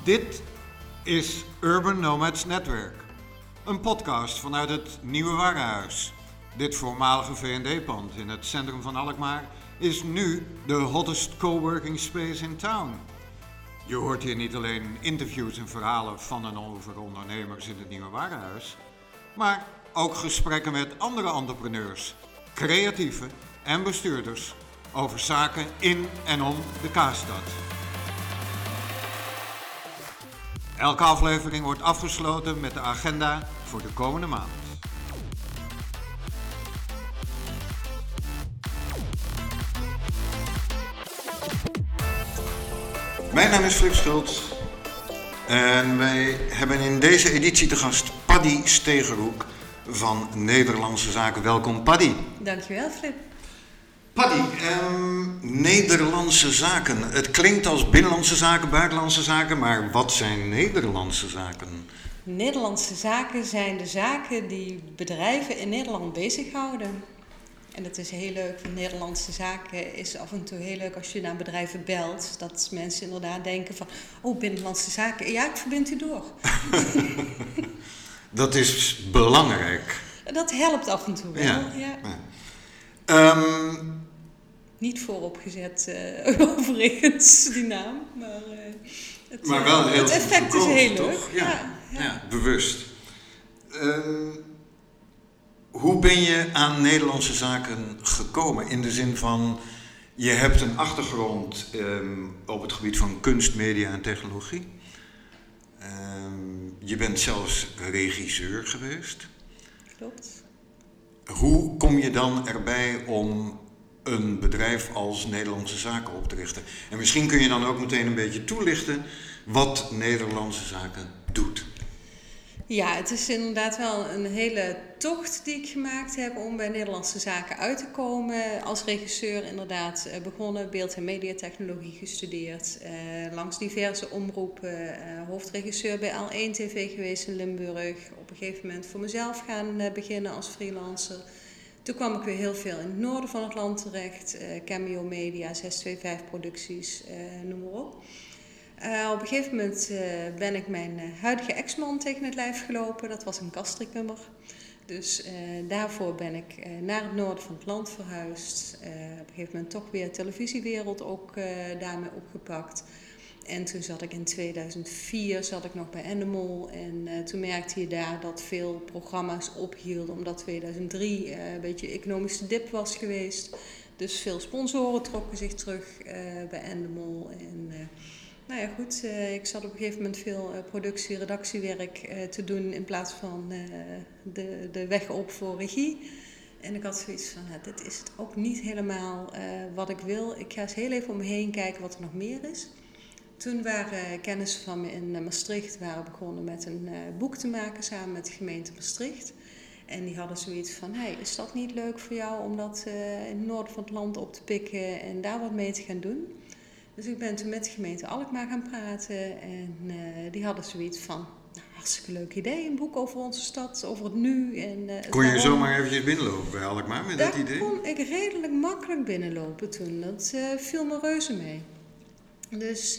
Dit is Urban Nomads Netwerk, een podcast vanuit het Nieuwe Warenhuis. Dit voormalige V&D-pand in het centrum van Alkmaar is nu de hottest coworking space in town. Je hoort hier niet alleen interviews en verhalen van en over ondernemers in het Nieuwe Warenhuis, maar ook gesprekken met andere entrepreneurs, creatieven en bestuurders over zaken in en om de Kaasstad. Elke aflevering wordt afgesloten met de agenda voor de komende maand. Mijn naam is Flip Schultz en wij hebben in deze editie te gast Paddy Stegerhoek van Nederlandse Zaken. Welkom Paddy. Dankjewel Flip. Paddy, Nederlandse Zaken. Het klinkt als Binnenlandse Zaken, Buitenlandse Zaken, maar wat zijn Nederlandse Zaken? Nederlandse zaken zijn de zaken die bedrijven in Nederland bezighouden. En dat is heel leuk, want Nederlandse zaken is af en toe heel leuk als je naar bedrijven belt. Dat mensen inderdaad denken van, oh, Binnenlandse Zaken, ja, ik verbind u door. Dat is belangrijk. Dat helpt af en toe wel, ja. Niet vooropgezet overigens, die naam. Maar wel heel het effect is heel leuk. Toch? Ja, bewust. Hoe ben je aan Nederlandse Zaken gekomen? In de zin van, je hebt een achtergrond op het gebied van kunst, media en technologie. Je bent zelfs regisseur geweest. Klopt. Hoe kom je dan erbij om een bedrijf als Nederlandse Zaken op te richten? En misschien kun je dan ook meteen een beetje toelichten wat Nederlandse Zaken doet. Ja, het is inderdaad wel een hele tocht die ik gemaakt heb om bij Nederlandse Zaken uit te komen. Als regisseur inderdaad begonnen, beeld- en mediatechnologie gestudeerd. Langs diverse omroepen, hoofdregisseur bij L1 TV geweest in Limburg. Op een gegeven moment voor mezelf gaan beginnen als freelancer. Toen kwam ik weer heel veel in het noorden van het land terecht. Cameo Media, 625 producties, noem maar op. Op een gegeven moment ben ik mijn huidige ex-man tegen het lijf gelopen. Dat was een Castricummer. Dus daarvoor ben ik naar het noorden van het land verhuisd. Op een gegeven moment toch weer televisiewereld ook daarmee opgepakt. En toen zat ik in 2004 nog bij Endemol. En toen merkte je daar dat veel programma's ophielden. Omdat 2003 een beetje economische dip was geweest. Dus veel sponsoren trokken zich terug bij Endemol. En nou ja, goed. Ik zat op een gegeven moment veel productie- en redactiewerk te doen in plaats van de weg op voor regie. En ik had zoiets van, dit is het ook niet helemaal wat ik wil. Ik ga eens heel even om me heen kijken wat er nog meer is. Toen waren kennissen van me in Maastricht begonnen met een boek te maken samen met de gemeente Maastricht. En die hadden zoiets van, is dat niet leuk voor jou om dat in het noorden van het land op te pikken en daar wat mee te gaan doen? Dus ik ben toen met de gemeente Alkmaar gaan praten en die hadden zoiets van, hartstikke leuk idee, een boek over onze stad, over het nu. En, kon je zomaar eventjes binnenlopen bij Alkmaar met dat idee? Daar kon ik redelijk makkelijk binnenlopen toen, dat viel me reuze mee. Dus,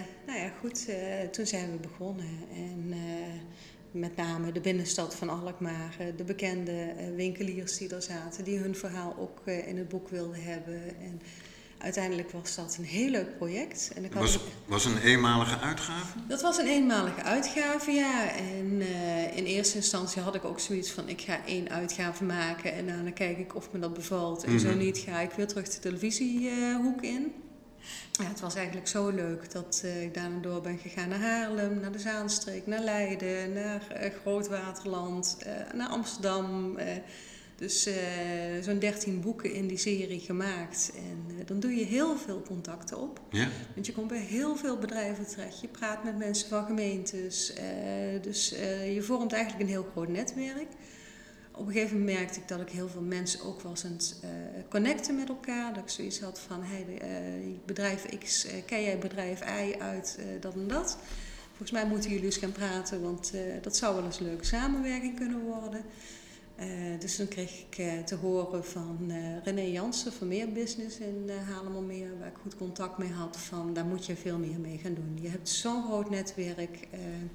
toen zijn we begonnen en met name de binnenstad van Alkmaar, de bekende winkeliers die er zaten, die hun verhaal ook in het boek wilden hebben. En uiteindelijk was dat een heel leuk project. En was een eenmalige uitgave? Dat was een eenmalige uitgave, ja. En in eerste instantie had ik ook zoiets van, ik ga 1 uitgave maken en dan kijk ik of me dat bevalt. En zo niet, ga ik weer terug de televisiehoek in. Ja, het was eigenlijk zo leuk dat ik daarna door ben gegaan naar Haarlem, naar de Zaanstreek, naar Leiden, naar Grootwaterland, naar Amsterdam. Dus zo'n 13 boeken in die serie gemaakt. En dan doe je heel veel contacten op. Ja. Want je komt bij heel veel bedrijven terecht. Je praat met mensen van gemeentes. Dus je vormt eigenlijk een heel groot netwerk. Op een gegeven moment merkte ik dat ik heel veel mensen ook was aan het connecten met elkaar. Dat ik zoiets had van, bedrijf X, ken jij bedrijf Y uit dat en dat? Volgens mij moeten jullie eens gaan praten, want dat zou wel eens een leuke samenwerking kunnen worden. Dus dan kreeg ik te horen van René Jansen van Meer Business in Haarlemmermeer, waar ik goed contact mee had, van daar moet je veel meer mee gaan doen. Je hebt zo'n groot netwerk,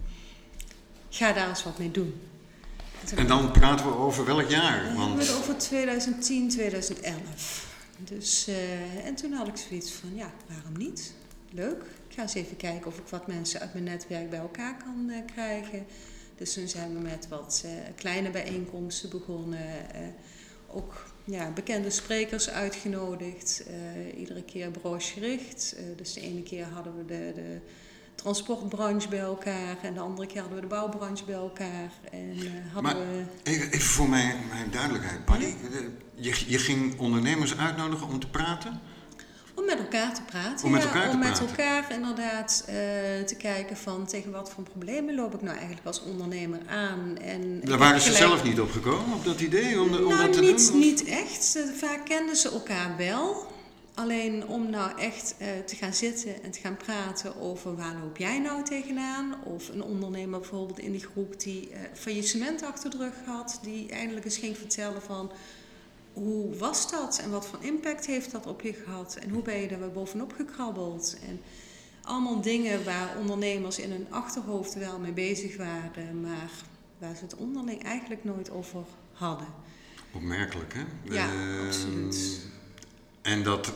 ga daar eens wat mee doen. En dan praten we over welk jaar? Dan hebben we het over 2010, 2011. Dus, en toen had ik zoiets van, ja, waarom niet? Leuk. Ik ga eens even kijken of ik wat mensen uit mijn netwerk bij elkaar kan krijgen. Dus toen zijn we met wat kleine bijeenkomsten begonnen. Ook bekende sprekers uitgenodigd. Iedere keer branchegericht. Dus de ene keer hadden we de transportbranche bij elkaar. En de andere keer hadden we de bouwbranche bij elkaar. En, even voor mijn duidelijkheid, Paddy. Je ging ondernemers uitnodigen om te praten? Om met elkaar te praten. Om met elkaar inderdaad te kijken van tegen wat voor problemen loop ik nou eigenlijk als ondernemer aan. En daar waren ze zelf niet op gekomen, op dat idee? Om dat te doen? Niet echt. Vaak kenden ze elkaar wel. Alleen om nou echt te gaan zitten en te gaan praten over waar loop jij nou tegenaan. Of een ondernemer bijvoorbeeld in die groep die faillissement achter de rug had. Die eindelijk eens ging vertellen van hoe was dat en wat voor impact heeft dat op je gehad. En hoe ben je daar weer bovenop gekrabbeld. En allemaal dingen waar ondernemers in hun achterhoofd wel mee bezig waren. Maar waar ze het onderling eigenlijk nooit over hadden. Opmerkelijk, hè? Ja, absoluut. En dat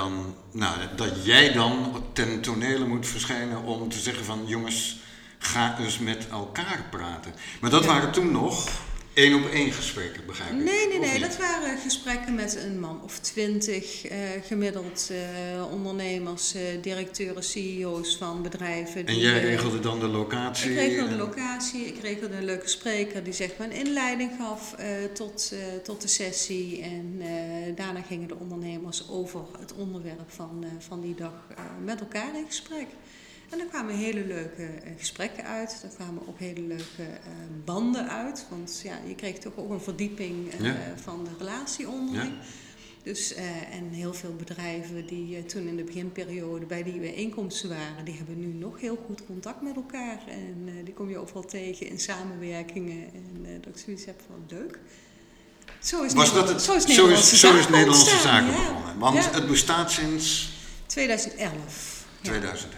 dat jij dan ten tonele moet verschijnen om te zeggen van jongens, ga eens met elkaar praten. Maar dat waren toen nog 1-op-1 gesprekken, begrijp ik? Nee, dat waren gesprekken met een man of 20 gemiddeld ondernemers, directeuren, CEO's van bedrijven. En jij regelde dan de locatie? Ik regelde de locatie, ik regelde een leuke spreker die zeg maar een inleiding gaf tot de sessie. En daarna gingen de ondernemers over het onderwerp van die dag met elkaar in gesprek. En er kwamen hele leuke gesprekken uit. Er kwamen ook hele leuke banden uit. Want ja, je kreeg toch ook een verdieping van de relatie onderling. Ja. Dus, en heel veel bedrijven die toen in de beginperiode bij die bijeenkomsten waren, die hebben nu nog heel goed contact met elkaar. En die kom je overal tegen in samenwerkingen. En dat ik zoiets heb van leuk. Zo is Nederlandse Zaken begonnen. Want het bestaat sinds 2011. 2011.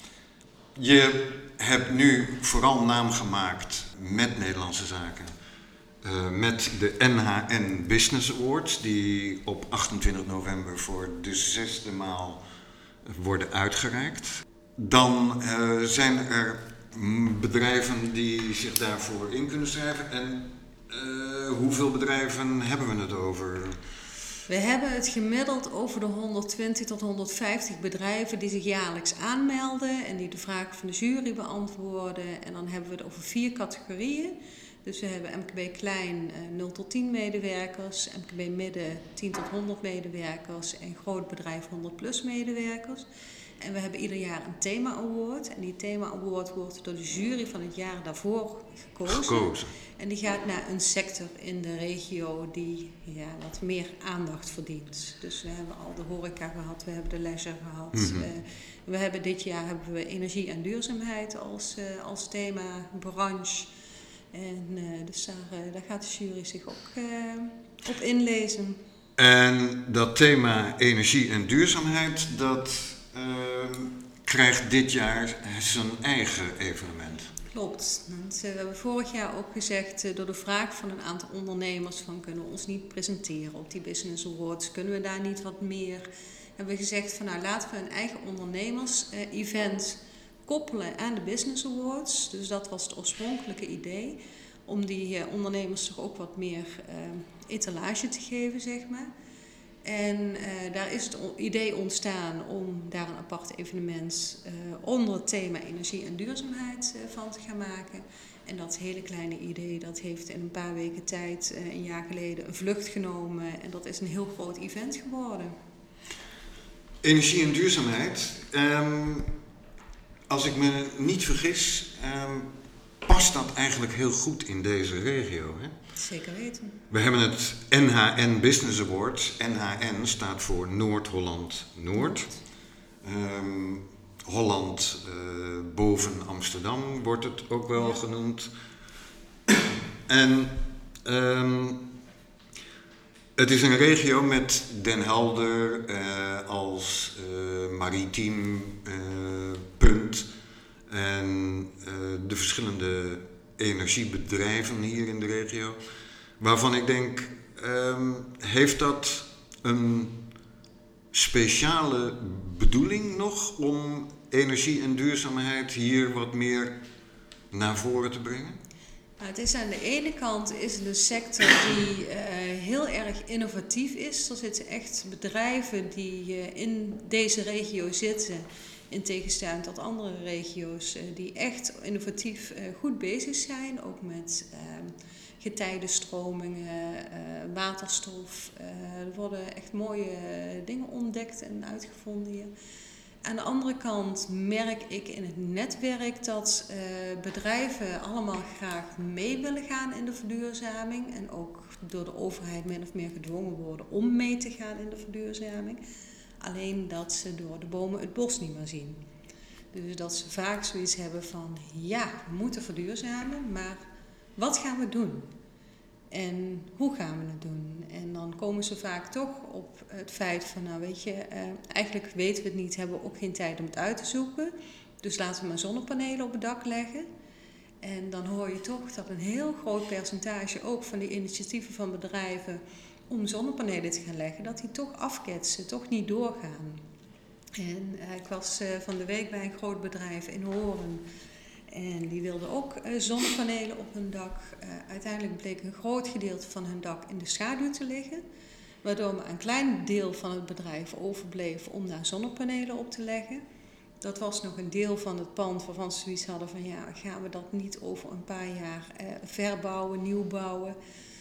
Je hebt nu vooral naam gemaakt met Nederlandse Zaken. Met de NHN Business Awards, die op 28 november voor de 6e maal worden uitgereikt. Dan zijn er bedrijven die zich daarvoor in kunnen schrijven. En hoeveel bedrijven hebben we het over? We hebben het gemiddeld over de 120 tot 150 bedrijven die zich jaarlijks aanmelden en die de vragen van de jury beantwoorden. En dan hebben we het over 4 categorieën. Dus we hebben MKB Klein 0 tot 10 medewerkers, MKB Midden 10 tot 100 medewerkers en groot bedrijf 100 plus medewerkers. En we hebben ieder jaar een thema-award. En die thema-award wordt door de jury van het jaar daarvoor gekozen. En die gaat naar een sector in de regio die wat meer aandacht verdient. Dus we hebben al de horeca gehad, we hebben de leisure gehad. Mm-hmm. We hebben dit jaar hebben we energie en duurzaamheid als thema, branche. En dus daar gaat de jury zich ook op inlezen. En dat thema energie en duurzaamheid, dat krijgt dit jaar zijn eigen evenement. Klopt. Want we hebben vorig jaar ook gezegd, door de vraag van een aantal ondernemers van kunnen we ons niet presenteren op die Business Awards, kunnen we daar niet wat meer, hebben we gezegd van nou laten we een eigen ondernemers-event koppelen aan de Business Awards. Dus dat was het oorspronkelijke idee, om die ondernemers toch ook wat meer etalage te geven, zeg maar. En daar is het idee ontstaan om daar een apart evenement onder het thema energie en duurzaamheid van te gaan maken. En dat hele kleine idee, dat heeft in een paar weken tijd, een jaar geleden, een vlucht genomen. En dat is een heel groot event geworden. Energie en duurzaamheid. Als ik me niet vergis, past dat eigenlijk heel goed in deze regio, hè? Zeker weten. We hebben het NHN Business Awards. NHN staat voor Noord-Holland-Noord. Holland boven Amsterdam wordt het ook wel genoemd. En Het is een regio met Den Helder als maritiem punt en de verschillende energiebedrijven hier in de regio, waarvan ik denk, heeft dat een speciale bedoeling nog om energie en duurzaamheid hier wat meer naar voren te brengen? Het is aan de ene kant is het een sector die heel erg innovatief is. Er zitten echt bedrijven die in deze regio zitten, in tegenstelling tot andere regio's, die echt innovatief goed bezig zijn. Ook met getijdenstromingen, waterstof. Er worden echt mooie dingen ontdekt en uitgevonden hier. Aan de andere kant merk ik in het netwerk dat bedrijven allemaal graag mee willen gaan in de verduurzaming. En ook door de overheid min of meer gedwongen worden om mee te gaan in de verduurzaming. Alleen dat ze door de bomen het bos niet meer zien. Dus dat ze vaak zoiets hebben van, ja, we moeten verduurzamen, maar wat gaan we doen? En hoe gaan we het doen? En dan komen ze vaak toch op het feit van, nou weet je, eigenlijk weten we het niet, hebben we ook geen tijd om het uit te zoeken. Dus laten we maar zonnepanelen op het dak leggen. En dan hoor je toch dat een heel groot percentage ook van die initiatieven van bedrijven om zonnepanelen te gaan leggen, dat die toch afketsen, toch niet doorgaan. En ik was van de week bij een groot bedrijf in Hoorn. En die wilden ook zonnepanelen op hun dak. Uiteindelijk bleek een groot gedeelte van hun dak in de schaduw te liggen. Waardoor maar een klein deel van het bedrijf overbleef om daar zonnepanelen op te leggen. Dat was nog een deel van het pand waarvan ze zoiets hadden van, ja, gaan we dat niet over een paar jaar verbouwen, nieuw bouwen.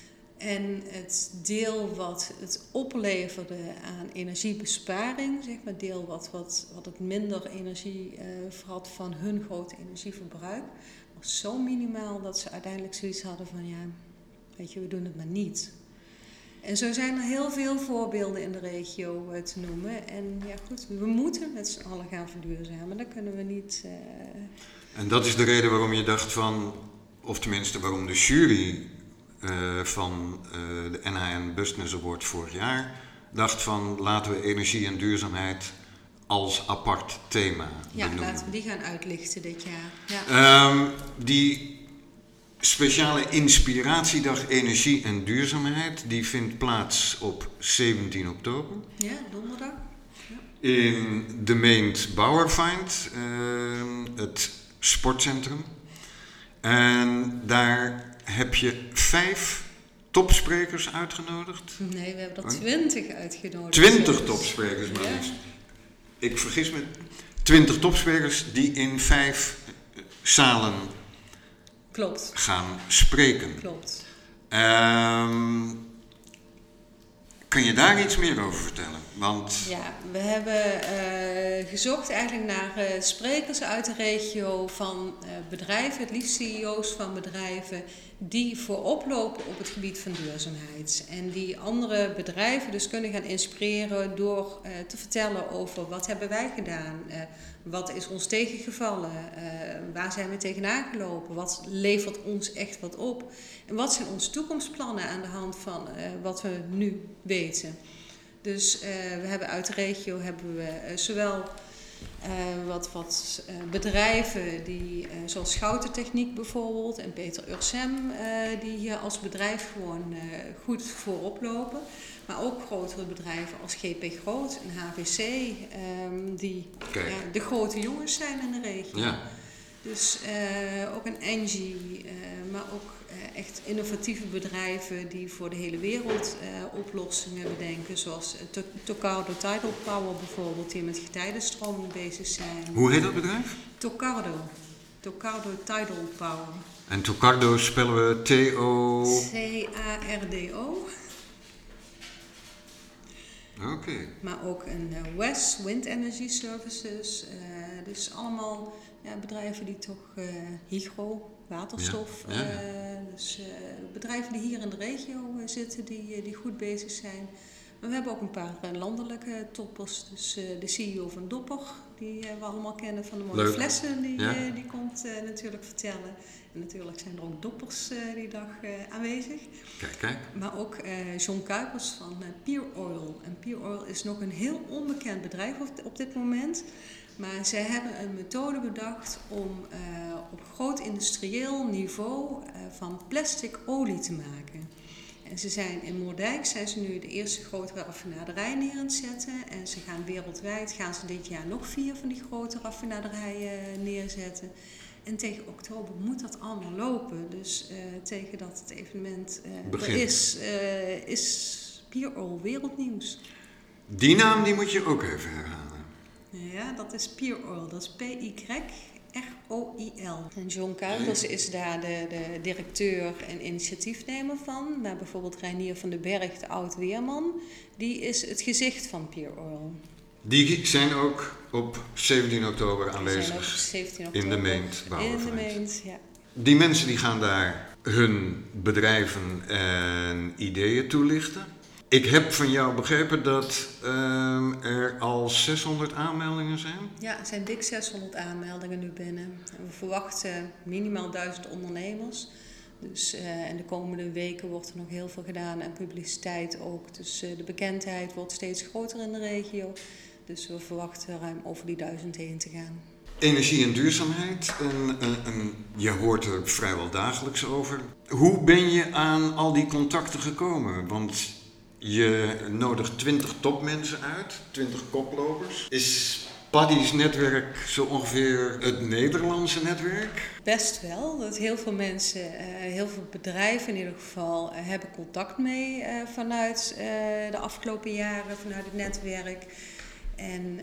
En het deel wat het opleverde aan energiebesparing, zeg maar deel wat het minder energie verhad van hun grote energieverbruik, was zo minimaal dat ze uiteindelijk zoiets hadden van, ja, weet je, we doen het maar niet. En zo zijn er heel veel voorbeelden in de regio te noemen. En ja goed, we moeten met z'n allen gaan verduurzamen, dat kunnen we niet. En dat is de reden waarom je dacht van, of tenminste waarom de jury van de NHN Business Award vorig jaar dacht van, laten we energie en duurzaamheid als apart thema benoemen. Laten we die gaan uitlichten dit jaar. Ja. Die speciale inspiratiedag energie en duurzaamheid, die vindt plaats op 17 oktober. Ja, donderdag. Ja. In de Meent Bauerfeind, het sportcentrum. En daar heb je 5 topsprekers uitgenodigd. Nee, we hebben er 20 uitgenodigd. 20 topsprekers maar liefst. Ik vergis me. 20 topsprekers die in 5 zalen gaan spreken. Klopt. Kun je daar iets meer over vertellen? Want ja, we hebben gezocht eigenlijk naar sprekers uit de regio van bedrijven, het liefst CEO's van bedrijven, die voorop lopen op het gebied van duurzaamheid. En die andere bedrijven dus kunnen gaan inspireren door te vertellen over wat hebben wij gedaan, wat is ons tegengevallen, waar zijn we tegenaan gelopen, wat levert ons echt wat op en wat zijn onze toekomstplannen aan de hand van wat we nu weten. Dus we hebben uit de regio zowel wat bedrijven die, zoals Schouten Techniek bijvoorbeeld en Peter Ursem, die hier als bedrijf gewoon goed voorop lopen. Maar ook grotere bedrijven als GP Groot en HVC, die de grote jongens zijn in de regio. Ja. Dus ook een Engie, maar ook echt innovatieve bedrijven die voor de hele wereld oplossingen bedenken. Zoals Tocardo Tidal Power bijvoorbeeld, die met getijdenstroming bezig zijn. Hoe heet dat bedrijf? Tocardo Tidal Power. En Tocardo spellen we T-O... C-A-R-D-O. Oké. Maar ook een WES, Wind Energy Services. Dus allemaal bedrijven die toch hydro, waterstof. Dus bedrijven die hier in de regio zitten, die goed bezig zijn. Maar we hebben ook een paar landelijke toppers. Dus de CEO van Dopper, die we allemaal kennen van de mooie Leuk. flessen. Ja. Die komt natuurlijk vertellen. En natuurlijk zijn er ook doppers die dag aanwezig. Kijk. Maar ook John Kuipers van Pure Oil. En Pure Oil is nog een heel onbekend bedrijf op dit moment. Maar zij hebben een methode bedacht om op groot industrieel niveau van plastic olie te maken. En ze zijn in Moerdijk nu de eerste grote raffinaderij neer aan het zetten. En ze gaan wereldwijd, dit jaar nog 4 van die grote raffinaderijen neerzetten. En tegen oktober moet dat allemaal lopen. Dus tegen dat het evenement er is Pure Oil wereldnieuws. Die naam die moet je ook even herhalen. Ja, dat is Pure Oil. Dat is PYROIL. En John Kuipers is daar de directeur en initiatiefnemer van. Maar bijvoorbeeld Reinier van den Berg, de oud-weerman, die is het gezicht van Pure Oil. Die zijn ook op 17 oktober aanwezig 17 oktober. in de Meent Bouwenfeest. In de Meent, ja. Die mensen die gaan daar hun bedrijven en ideeën toelichten. Ik heb van jou begrepen dat er al 600 aanmeldingen zijn. Ja, er zijn dik 600 aanmeldingen nu binnen. En we verwachten minimaal 1000 ondernemers. Dus in de komende weken wordt er nog heel veel gedaan en publiciteit ook. Dus de bekendheid wordt steeds groter in de regio. Dus we verwachten ruim over die 1000 heen te gaan. Energie en duurzaamheid, je hoort er vrijwel dagelijks over. Hoe ben je aan al die contacten gekomen? Want je nodigt 20 topmensen uit, 20 koplopers. Is Paddy's netwerk zo ongeveer het Nederlandse netwerk? Best wel. Dat heel veel mensen, heel veel bedrijven in ieder geval, hebben contact mee vanuit de afgelopen jaren, vanuit het netwerk. En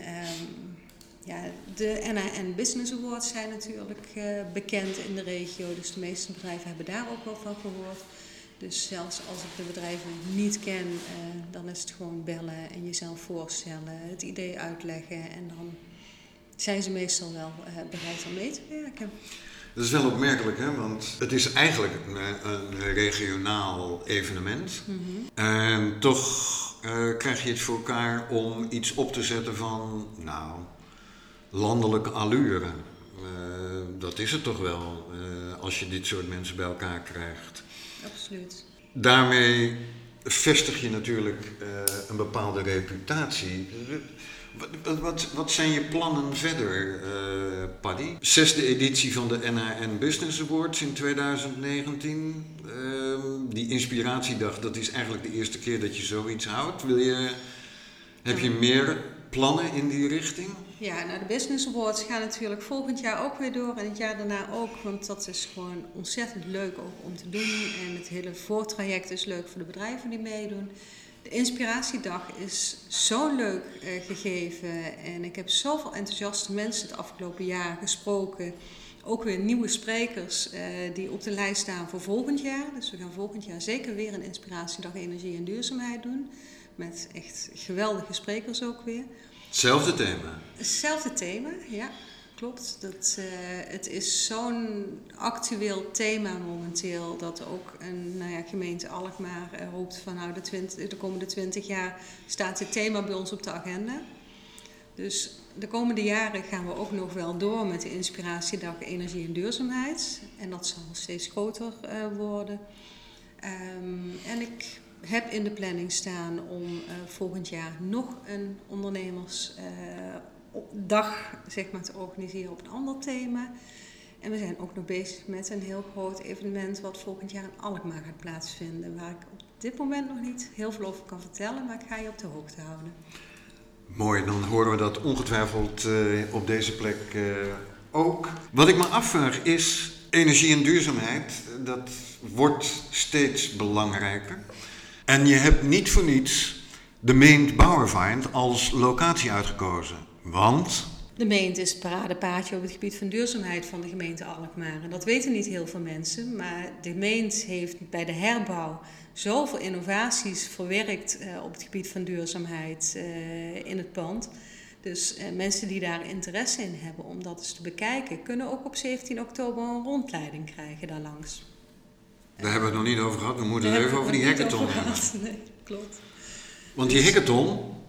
de NAN Business Awards zijn natuurlijk bekend in de regio. Dus de meeste bedrijven hebben daar ook wel van gehoord. Dus zelfs als ik de bedrijven niet ken, dan is het gewoon bellen en jezelf voorstellen, het idee uitleggen. En dan zijn ze meestal wel bereid om mee te werken. Dat is wel opmerkelijk, hè? Want het is eigenlijk een regionaal evenement. Mm-hmm. En toch krijg je het voor elkaar om iets op te zetten van, landelijke allure. Dat is het toch wel, als je dit soort mensen bij elkaar krijgt. Absoluut. Daarmee vestig je natuurlijk een bepaalde reputatie. Wat zijn je plannen verder, Paddy? 6e editie van de NAN Business Awards in 2019. Die inspiratiedag, dat is eigenlijk de eerste keer dat je zoiets houdt. Heb je meer plannen in die richting? Ja, de Business Awards gaan natuurlijk volgend jaar ook weer door en het jaar daarna ook. Want dat is gewoon ontzettend leuk ook om te doen. En het hele voortraject is leuk voor de bedrijven die meedoen. De inspiratiedag is zo leuk gegeven en ik heb zoveel enthousiaste mensen het afgelopen jaar gesproken. Ook weer nieuwe sprekers die op de lijst staan voor volgend jaar. Dus we gaan volgend jaar zeker weer een inspiratiedag energie en duurzaamheid doen. Met echt geweldige sprekers ook weer. Hetzelfde thema? Hetzelfde thema, ja. Klopt. Het is zo'n actueel thema momenteel dat ook een gemeente Alkmaar roept van de komende 20 jaar staat dit thema bij ons op de agenda. Dus de komende jaren gaan we ook nog wel door met de inspiratiedag energie en duurzaamheid. En dat zal steeds groter worden. En ik heb in de planning staan om volgend jaar nog een ondernemersdag te organiseren op een ander thema. En we zijn ook nog bezig met een heel groot evenement wat volgend jaar in Alkmaar gaat plaatsvinden. Waar ik op dit moment nog niet heel veel over kan vertellen, maar ik ga je op de hoogte houden. Mooi, dan horen we dat ongetwijfeld op deze plek ook. Wat ik me afvraag is, energie en duurzaamheid, dat wordt steeds belangrijker. En je hebt niet voor niets de Meent Bouwenfeest als locatie uitgekozen. Want de Meent is het paradepaardje op het gebied van duurzaamheid van de gemeente Alkmaar. En dat weten niet heel veel mensen, maar de Meent heeft bij de herbouw zoveel innovaties verwerkt op het gebied van duurzaamheid in het pand. Dus mensen die daar interesse in hebben om dat eens te bekijken, kunnen ook op 17 oktober een rondleiding krijgen daarlangs. Daar hebben we het nog niet over gehad, we moeten het even over die hackathon hebben. Nee, klopt. Want die hackathon,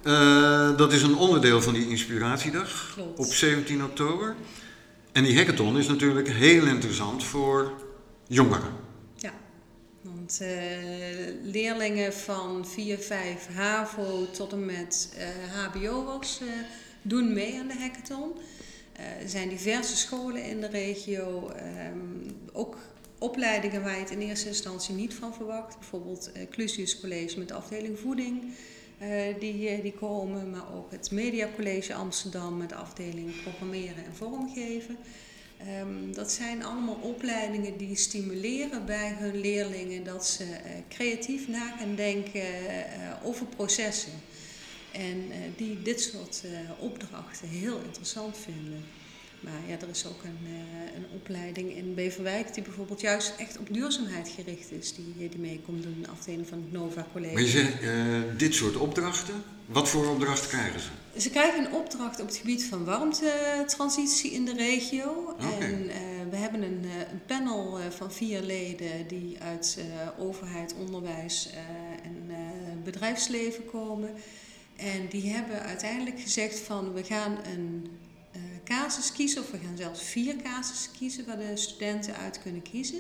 Dat is een onderdeel van die inspiratiedag. Klopt. Op 17 oktober. En die hackathon is natuurlijk heel interessant voor jongeren. Ja, want leerlingen van 4, 5 HAVO tot en met HBO'ers doen mee aan de hackathon. Er zijn diverse scholen in de regio, ook opleidingen waar je het in eerste instantie niet van verwacht. Bijvoorbeeld Clusius College met de afdeling voeding, die komen, maar ook het Media College Amsterdam met de afdeling programmeren en vormgeven. Dat zijn allemaal opleidingen die stimuleren bij hun leerlingen dat ze creatief na gaan denken over processen. En die dit soort opdrachten heel interessant vinden. Maar ja, er is ook een opleiding in Beverwijk die bijvoorbeeld juist echt op duurzaamheid gericht is. Die mee komt doen, de afdeling van het Nova College. Maar je zegt, dit soort opdrachten, wat voor opdrachten krijgen ze? Ze krijgen een opdracht op het gebied van warmtetransitie in de regio. Okay. En we hebben een panel van 4 leden die uit overheid, onderwijs en bedrijfsleven komen. En die hebben uiteindelijk gezegd van we gaan een casus kiezen, of we gaan zelfs 4 casussen kiezen waar de studenten uit kunnen kiezen.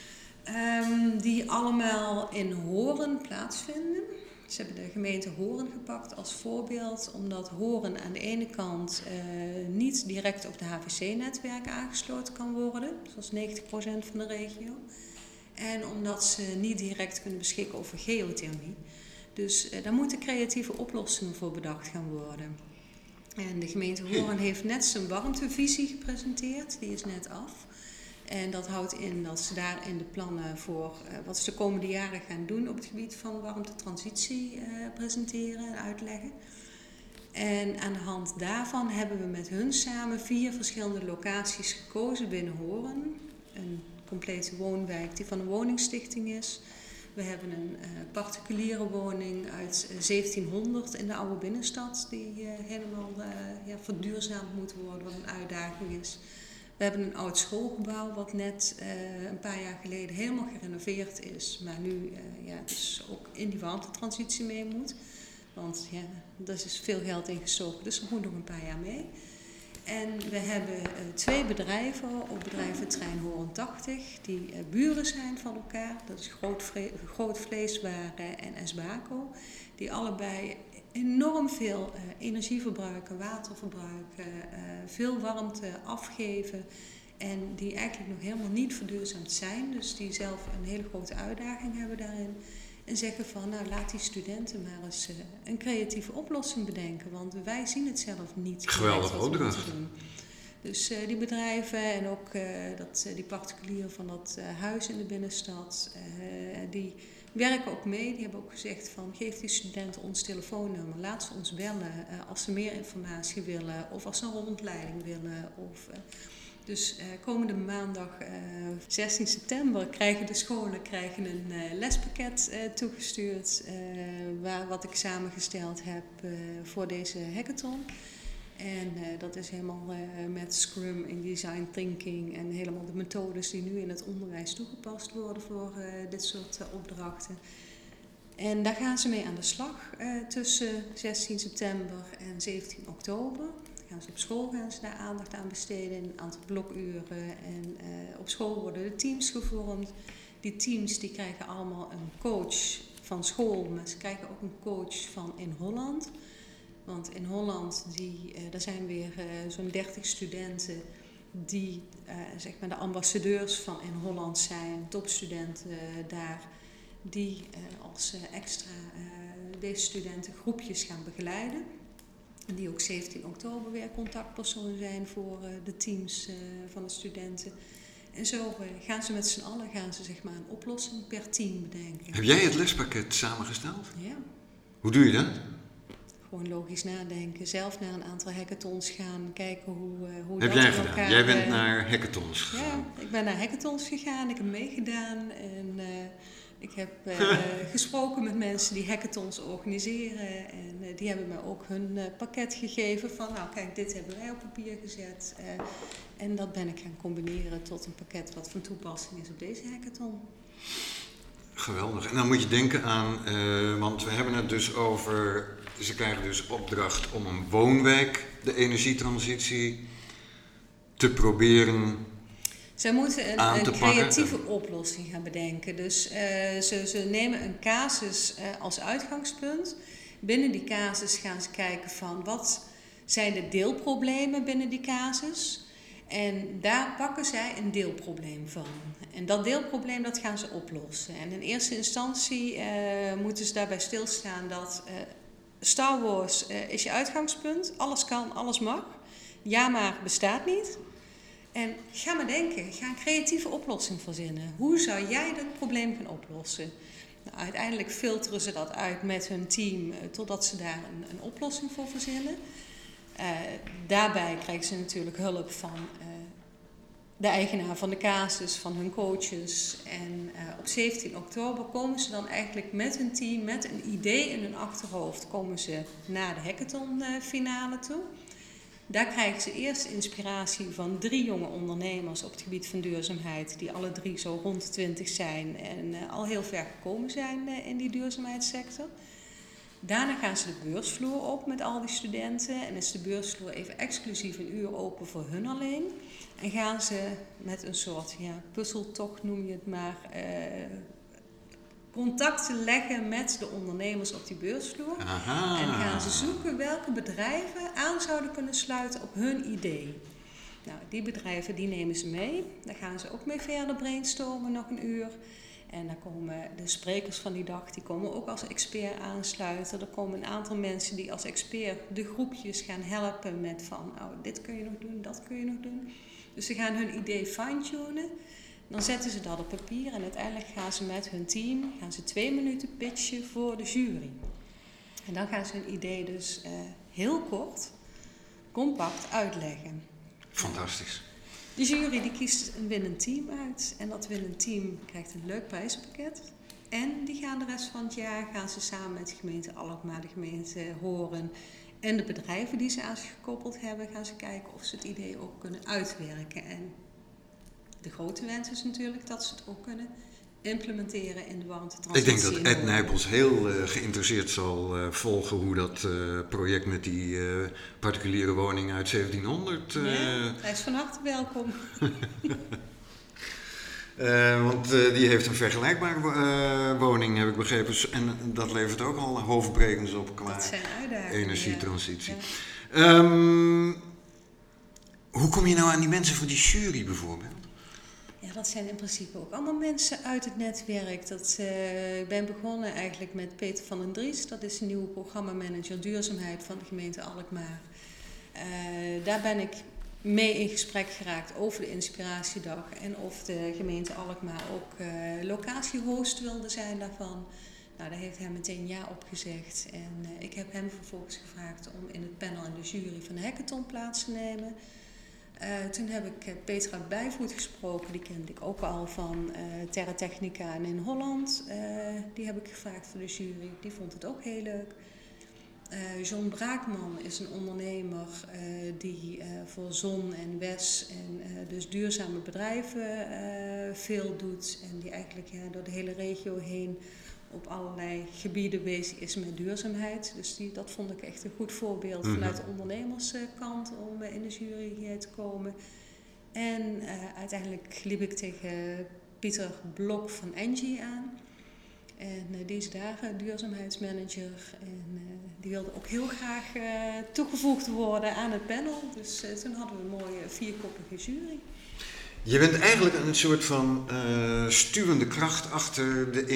Die allemaal in Horen plaatsvinden. Ze hebben de gemeente Horen gepakt als voorbeeld, omdat Horen aan de ene kant niet direct op de HVC-netwerk aangesloten kan worden, zoals 90% van de regio. En omdat ze niet direct kunnen beschikken over geothermie. Dus daar moeten creatieve oplossingen voor bedacht gaan worden. En de gemeente Horen heeft net zijn warmtevisie gepresenteerd, die is net af. En dat houdt in dat ze daarin de plannen voor wat ze de komende jaren gaan doen op het gebied van warmtetransitie presenteren en uitleggen. En aan de hand daarvan hebben we met hun samen 4 verschillende locaties gekozen binnen Horen. Een complete woonwijk die van een woningstichting is. We hebben een particuliere woning uit 1700 in de oude binnenstad die helemaal verduurzaamd moet worden, wat een uitdaging is. We hebben een oud schoolgebouw wat net een paar jaar geleden helemaal gerenoveerd is, maar nu dus ook in die warmtetransitie mee moet. Want ja, daar is veel geld in gestoken, dus dat moet nog een paar jaar mee. En we hebben 2 bedrijven, ook bedrijventerrein Horen 80, die buren zijn van elkaar. Dat is Groot Vleeswaren en Esbaco. Die allebei enorm veel energie verbruiken, water verbruiken, veel warmte afgeven. En die eigenlijk nog helemaal niet verduurzaamd zijn. Dus die zelf een hele grote uitdaging hebben daarin. En zeggen van, nou laat die studenten maar eens een creatieve oplossing bedenken. Want wij zien het zelf niet. Geweldige opdracht. Dus die bedrijven en ook die particulieren van dat huis in de binnenstad, die werken ook mee. Die hebben ook gezegd van, geef die studenten ons telefoonnummer. Laat ze ons bellen als ze meer informatie willen of als ze een rondleiding willen. Dus komende maandag 16 september krijgen de scholen een lespakket toegestuurd. Wat ik samengesteld heb voor deze hackathon. En dat is helemaal met Scrum en Design Thinking en helemaal de methodes die nu in het onderwijs toegepast worden voor dit soort opdrachten. En daar gaan ze mee aan de slag tussen 16 september en 17 oktober. Op school gaan ze daar aandacht aan besteden in een aantal blokuren. En op school worden de teams gevormd. Die teams die krijgen allemaal een coach van school, maar ze krijgen ook een coach van in Holland. Want in Holland, daar zijn weer zo'n 30 studenten die zeg maar de ambassadeurs van in Holland zijn, topstudenten daar, die als extra deze studenten groepjes gaan begeleiden. En die ook 17 oktober weer contactpersoon zijn voor de teams van de studenten. En zo gaan ze met z'n allen zeg maar een oplossing per team bedenken. Heb jij het lespakket samengesteld? Ja. Hoe doe je dat? Gewoon logisch nadenken. Zelf naar een aantal hackathons gaan. Kijken hoe heb dat jij in gedaan? elkaar... Jij bent naar hackathons gegaan? Ja, ik ben naar hackathons gegaan. Ik heb meegedaan. En ik heb gesproken met mensen die hackathons organiseren. En die hebben mij ook hun pakket gegeven van... Nou kijk, dit hebben wij op papier gezet. En dat ben ik gaan combineren tot een pakket wat van toepassing is op deze hackathon. Geweldig. En dan moet je denken aan... want we hebben het dus over ze krijgen dus opdracht om een woonwijk, de energietransitie, te proberen Zij moeten aan te een pakken. creatieve oplossing gaan bedenken. Dus ze nemen een casus als uitgangspunt. Binnen die casus gaan ze kijken van wat zijn de deelproblemen binnen die casus. En daar pakken zij een deelprobleem van. En dat deelprobleem dat gaan ze oplossen. En in eerste instantie moeten ze daarbij stilstaan dat Star Wars is je uitgangspunt. Alles kan, alles mag. Ja, maar bestaat niet. En ga maar denken, ga een creatieve oplossing verzinnen. Hoe zou jij dat probleem gaan oplossen? Nou, uiteindelijk filteren ze dat uit met hun team totdat ze daar een oplossing voor verzinnen. Daarbij krijgen ze natuurlijk hulp van de eigenaar van de casus, van hun coaches. En op 17 oktober komen ze dan eigenlijk met hun team, met een idee in hun achterhoofd, komen ze naar de hackathon finale toe. Daar krijgen ze eerst inspiratie van 3 jonge ondernemers op het gebied van duurzaamheid, die alle 3 zo rond de 20 zijn en al heel ver gekomen zijn in die duurzaamheidssector. Daarna gaan ze de beursvloer op met al die studenten en is de beursvloer even exclusief een uur open voor hun alleen. En gaan ze met een soort puzzeltocht, noem je het maar, contacten leggen met de ondernemers op die beursvloer. Aha. En gaan ze zoeken welke bedrijven aan zouden kunnen sluiten op hun idee. Nou, die bedrijven die nemen ze mee. Daar gaan ze ook mee verder brainstormen nog een uur. En dan komen de sprekers van die dag, die komen ook als expert aansluiten. Er komen een aantal mensen die als expert de groepjes gaan helpen met van, dit kun je nog doen, dat kun je nog doen. Dus ze gaan hun idee fine-tunen. Dan zetten ze dat op papier en uiteindelijk gaan ze met hun team 2 minuten pitchen voor de jury. En dan gaan ze hun idee dus heel kort, compact uitleggen. Fantastisch. De jury die kiest een winnend team uit en dat winnend team krijgt een leuk prijzenpakket. En die gaan de rest van het jaar gaan ze samen met de gemeente Alkmaar, de gemeente Horen en de bedrijven die ze aan zich gekoppeld hebben, gaan ze kijken of ze het idee ook kunnen uitwerken. En de grote wens is natuurlijk dat ze het ook kunnen implementeren in de warmtetransitie. Ik denk dat Ed Nijpels heel geïnteresseerd zal volgen hoe dat project met die particuliere woning uit 1700... hij is van harte welkom. Want die heeft een vergelijkbare woning, heb ik begrepen. En dat levert ook al hoofdbrekens op qua energietransitie. Ja. Hoe kom je nou aan die mensen voor die jury bijvoorbeeld? Ja, dat zijn in principe ook allemaal mensen uit het netwerk. Ik ben begonnen eigenlijk met Peter van den Dries. Dat is de nieuwe programmamanager duurzaamheid van de gemeente Alkmaar. Daar ben ik mee in gesprek geraakt over de inspiratiedag. En of de gemeente Alkmaar ook locatiehost wilde zijn daarvan. Nou, daar heeft hij meteen ja op gezegd. En ik heb hem vervolgens gevraagd om in het panel en de jury van de hackathon plaats te nemen. Toen heb ik Petra Bijvoet gesproken, die kende ik ook al van Terra Technica en in Holland. Die heb ik gevraagd voor de jury, die vond het ook heel leuk. John Braakman is een ondernemer die voor Zon en Wes en dus duurzame bedrijven veel doet. En die eigenlijk door de hele regio heen op allerlei gebieden bezig is met duurzaamheid. Dus dat vond ik echt een goed voorbeeld vanuit de ondernemerskant om in de jury te komen. En uiteindelijk liep ik tegen Pieter Blok van Engie aan. En die is daar duurzaamheidsmanager. En die wilde ook heel graag toegevoegd worden aan het panel. Dus toen hadden we een mooie 4-koppige jury. Je bent eigenlijk een soort van stuwende kracht achter de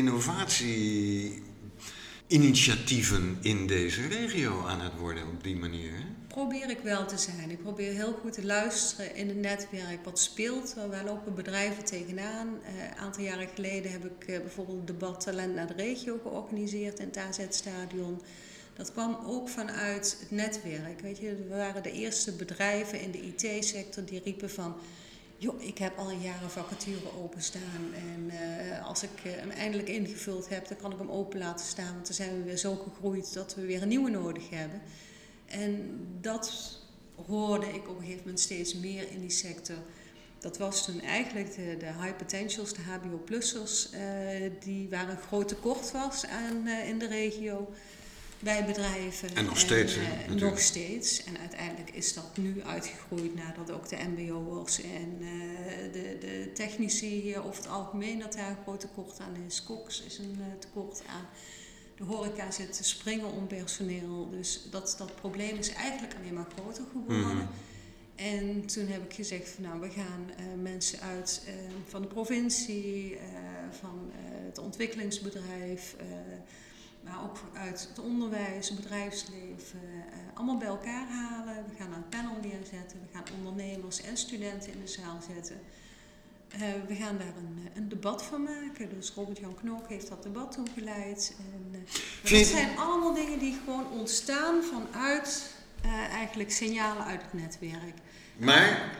innovatie-initiatieven in deze regio aan het worden op die manier. Hè? Probeer ik wel te zijn. Ik probeer heel goed te luisteren in het netwerk wat speelt. Waar lopen bedrijven tegenaan? Een aantal jaren geleden heb ik bijvoorbeeld het debat Talent naar de regio georganiseerd in het AZ-stadion. Dat kwam ook vanuit het netwerk. Weet je, we waren de eerste bedrijven in de IT-sector die riepen van... joh, ik heb al een jaar een vacature openstaan en als ik hem eindelijk ingevuld heb, dan kan ik hem open laten staan. Want dan zijn we weer zo gegroeid dat we weer een nieuwe nodig hebben. En dat hoorde ik op een gegeven moment steeds meer in die sector. Dat was toen eigenlijk de high potentials, de HBO-plussers, waar een groot tekort was in de regio. bij bedrijven. En nog steeds, nog steeds. En uiteindelijk is dat nu uitgegroeid nadat ook de mbo'ers en de technici hier over het algemeen dat daar een groot tekort aan is. Koks is een tekort aan. De horeca zit te springen om personeel. Dus dat probleem is eigenlijk alleen maar groter geworden. Mm-hmm. En toen heb ik gezegd van nou, we gaan mensen uit van de provincie, van het ontwikkelingsbedrijf, maar ook uit het onderwijs, het bedrijfsleven, allemaal bij elkaar halen. We gaan een panel neerzetten, we gaan ondernemers en studenten in de zaal zetten. We gaan daar een debat van maken. Dus Robert-Jan Knook heeft dat debat toen geleid. Dat zijn allemaal dingen die gewoon ontstaan vanuit eigenlijk signalen uit het netwerk. Maar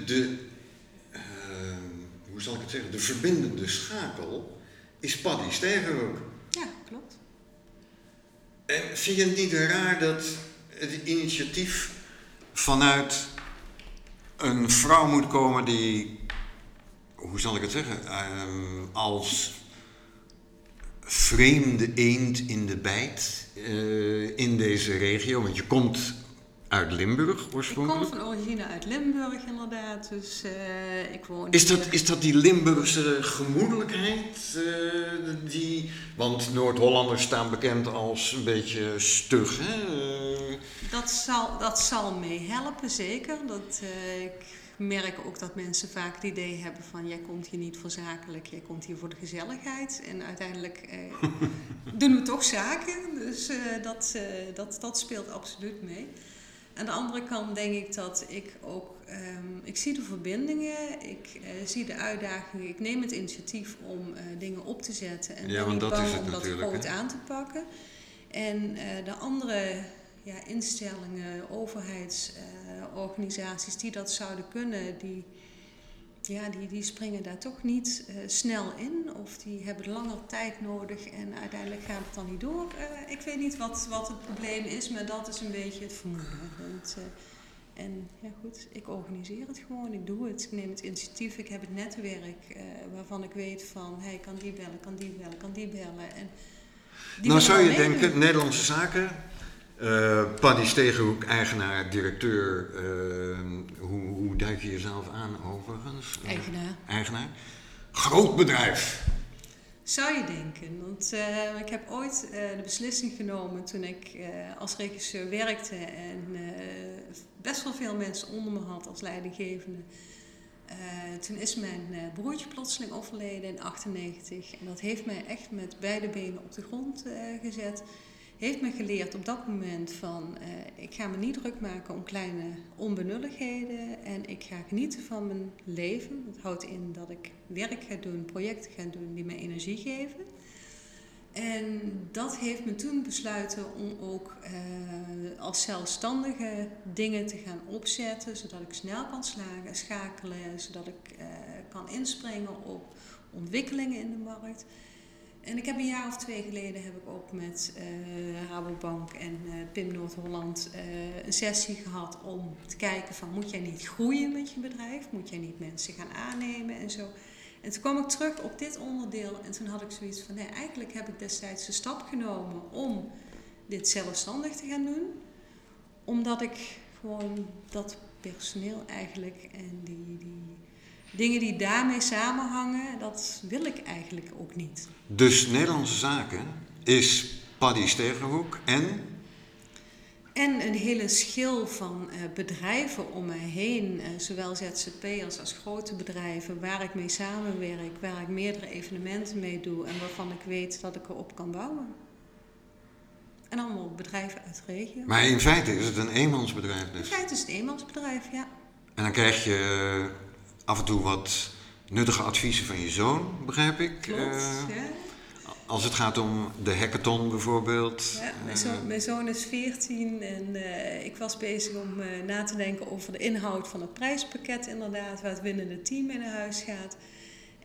hoe zal ik het zeggen, de verbindende schakel is Paddy Stegenhoek. Ja, klopt. En vind je het niet raar dat het initiatief vanuit een vrouw moet komen die, hoe zal ik het zeggen, als vreemde eend in de bijt in deze regio, want je komt uit Limburg oorspronkelijk? Ik kom van origine uit Limburg inderdaad, dus ik woon... Is dat die Limburgse gemoedelijkheid? Want Noord-Hollanders staan bekend als een beetje stug, hè? Dat zal meehelpen, zeker. Ik merk ook dat mensen vaak het idee hebben van jij komt hier niet voor zakelijk, jij komt hier voor de gezelligheid. En uiteindelijk doen we toch zaken, dus dat speelt absoluut mee. Aan de andere kant denk ik dat ik ook, ik zie de verbindingen, ik zie de uitdagingen, ik neem het initiatief om dingen op te zetten en ben niet bang om dat groot aan te pakken. En de andere instellingen, overheidsorganisaties die dat zouden kunnen, die springen daar toch niet snel in of die hebben langer tijd nodig en uiteindelijk gaat het dan niet door. Ik weet niet wat het probleem is, maar dat is een beetje het vermoeden. Goed, ik organiseer het gewoon, ik doe het, ik neem het initiatief, ik heb het netwerk waarvan ik weet van, hey, kan die bellen, kan die bellen, kan die bellen. En nou zou je denken, Nederlandse Zaken, Paddy Stegenhoek, eigenaar, directeur, hoe duid je jezelf aan overigens? Eigenaar. Groot bedrijf. Zou je denken, want ik heb ooit de beslissing genomen toen ik als regisseur werkte en best wel veel mensen onder me had als leidinggevende. Toen is mijn broertje plotseling overleden in 1998 en dat heeft mij echt met beide benen op de grond gezet. Heeft me geleerd op dat moment van, ik ga me niet druk maken om kleine onbenulligheden en ik ga genieten van mijn leven. Dat houdt in dat ik werk ga doen, projecten ga doen die mij energie geven. En dat heeft me toen besluiten om ook als zelfstandige dingen te gaan opzetten, zodat ik snel kan schakelen, zodat ik kan inspringen op ontwikkelingen in de markt. En ik heb een jaar of 2 geleden heb ik ook met Rabobank en PIM Noord-Holland een sessie gehad om te kijken van moet jij niet groeien met je bedrijf? Moet jij niet mensen gaan aannemen en zo? En toen kwam ik terug op dit onderdeel en toen had ik zoiets van nee, eigenlijk heb ik destijds de stap genomen om dit zelfstandig te gaan doen. Omdat ik gewoon dat personeel eigenlijk en die dingen die daarmee samenhangen, dat wil ik eigenlijk ook niet. Dus Nederlandse Zaken is Paddy Stegenhoek en? En een hele schil van bedrijven om mij heen, zowel ZZP'ers als grote bedrijven, waar ik mee samenwerk, waar ik meerdere evenementen mee doe en waarvan ik weet dat ik erop kan bouwen. En allemaal bedrijven uit de regio. Maar in feite is het een eenmansbedrijf dus? In feite is het een eenmansbedrijf, ja. En dan krijg je af en toe wat nuttige adviezen van je zoon, begrijp ik. Klopt, ja. Als het gaat om de hackathon bijvoorbeeld. Ja, mijn zoon is 14 en ik was bezig om na te denken over de inhoud van het prijspakket inderdaad, waar het winnende team in huis gaat.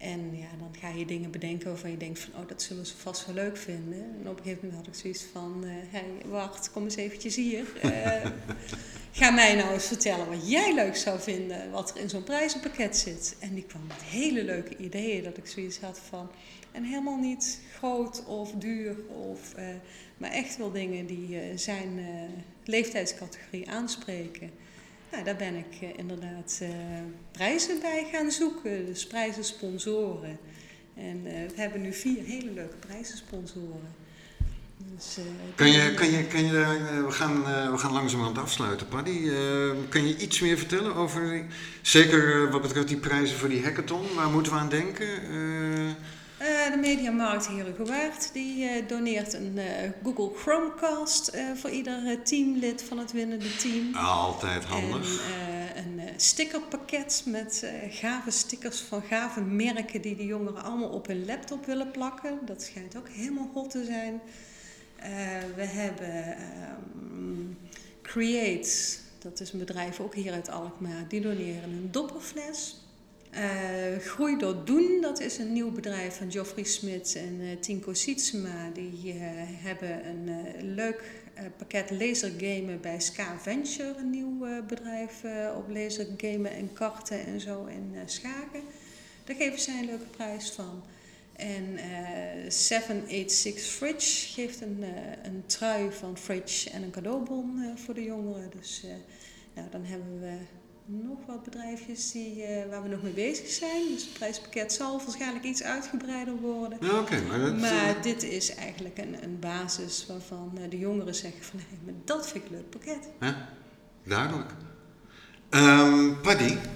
En ja, dan ga je dingen bedenken waarvan je denkt van, dat zullen ze vast wel leuk vinden. En op een gegeven moment had ik zoiets van, hey, wacht, kom eens eventjes hier. Ga mij nou eens vertellen wat jij leuk zou vinden, wat er in zo'n prijzenpakket zit. En die kwam met hele leuke ideeën, dat ik zoiets had van, en helemaal niet groot of duur, maar echt wel dingen die zijn leeftijdscategorie aanspreken. Nou, daar ben ik inderdaad prijzen bij gaan zoeken, dus prijzen sponsoren. En we hebben nu 4 hele leuke prijzen sponsoren. Dus, we gaan langzamerhand afsluiten, Paddy. Kan je iets meer vertellen over, zeker wat betreft die prijzen voor die hackathon, waar moeten we aan denken? De Mediamarkt Heerlijke die doneert een Google Chromecast voor ieder teamlid van het winnende team. Altijd handig. En een stickerpakket met gave stickers van gave merken die de jongeren allemaal op hun laptop willen plakken. Dat schijnt ook helemaal hot te zijn. We hebben Create, dat is een bedrijf ook hier uit Alkmaar, die doneren een dopperfles. Groei door Doen, dat is een nieuw bedrijf van Geoffrey Smit en Tinko Sietsema. Die hebben een leuk pakket lasergamen bij Ska Venture, een nieuw bedrijf op lasergamen en karten en zo en schaken. Daar geven zij een leuke prijs van. En 786 Fridge geeft een trui van Fridge en een cadeaubon voor de jongeren. Dus dan hebben we nog wat bedrijfjes waar we nog mee bezig zijn. Dus het prijspakket zal waarschijnlijk iets uitgebreider worden. Ja, okay, maar dit is eigenlijk een basis waarvan de jongeren zeggen van, hey, maar dat vind ik een leuk pakket. Ja, duidelijk. Paddy,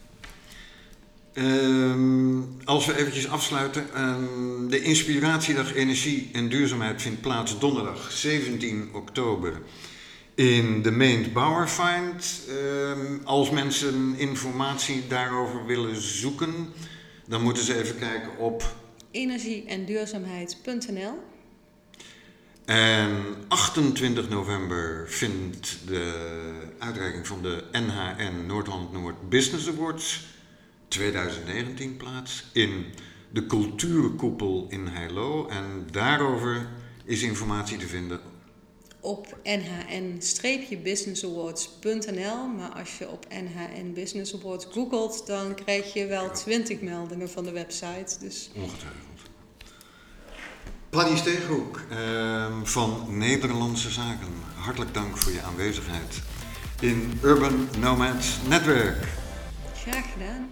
als we eventjes afsluiten. De Inspiratiedag Energie en Duurzaamheid vindt plaats donderdag 17 oktober. In de Meent Bauerfeind. Als mensen informatie daarover willen zoeken, dan moeten ze even kijken op energieenduurzaamheid.nl. En 28 november vindt de uitreiking van de NHN Noord-Holland-Noord Business Awards 2019 plaats in de Cultuurkoepel in Heilo. En daarover is informatie te vinden op nhn-businessawards.nl, maar als je op NHN Business Awards googelt, dan krijg je wel 20 meldingen van de website. Dus. Ongetwijfeld. Paddy Steeghoek van Nederlandse Zaken, hartelijk dank voor je aanwezigheid in Urban Nomads Netwerk. Graag gedaan.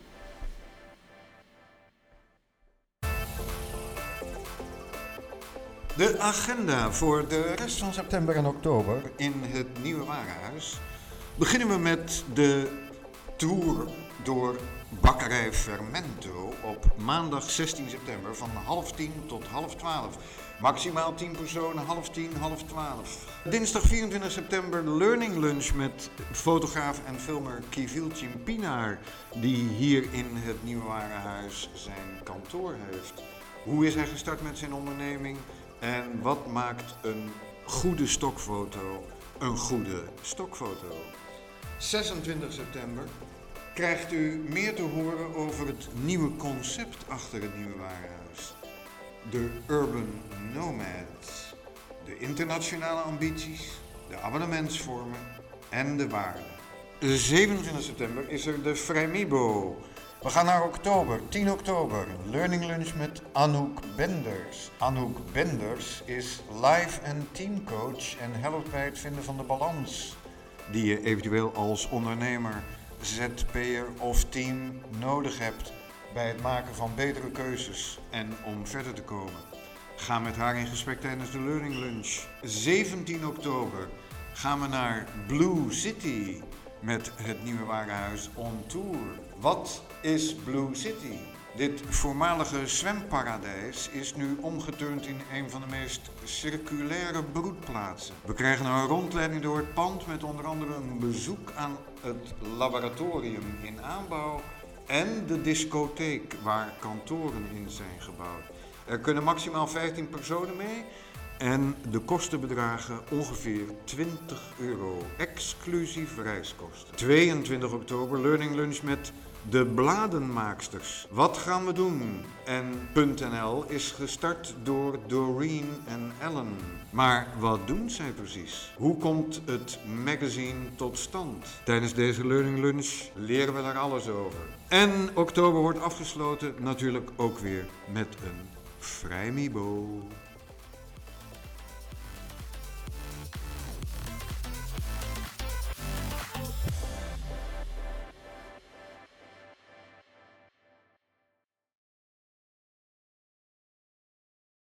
De agenda voor de rest van september en oktober in het Nieuwe Warenhuis. Beginnen we met de tour door Bakkerij Fermento op maandag 16 september van 9:30 tot 11:30. Maximaal 10 personen, 9:30, 11:30. Dinsdag 24 september learning lunch met fotograaf en filmer Kivil Chimpinaar, die hier in het Nieuwe Warenhuis zijn kantoor heeft. Hoe is hij gestart met zijn onderneming? En wat maakt een goede stokfoto een goede stokfoto? 26 september krijgt u meer te horen over het nieuwe concept achter het Nieuwe Warenhuis. De Urban Nomad. De internationale ambities, de abonnementsvormen en de waarden. 27 september is er de Vrijmibo. We gaan naar oktober, 10 oktober, learning lunch met Anouk Benders. Anouk Benders is life- en teamcoach en helpt bij het vinden van de balans die je eventueel als ondernemer, ZP'er of team nodig hebt bij het maken van betere keuzes en om verder te komen. Ga met haar in gesprek tijdens de learning lunch. 17 oktober gaan we naar Blue City met het Nieuwe Warenhuis on tour. Wat is Blue City? Dit voormalige zwemparadijs is nu omgeturnd in een van de meest circulaire broedplaatsen. We krijgen een rondleiding door het pand met onder andere een bezoek aan het laboratorium in aanbouw en de discotheek waar kantoren in zijn gebouwd. Er kunnen maximaal 15 personen mee en de kosten bedragen ongeveer €20, exclusief reiskosten. 22 oktober learning lunch met De bladenmaaksters. Wat gaan we doen? En .nl is gestart door Doreen en Ellen. Maar wat doen zij precies? Hoe komt het magazine tot stand? Tijdens deze Learning Lunch leren we daar alles over. En oktober wordt afgesloten natuurlijk ook weer met een vrijmibo.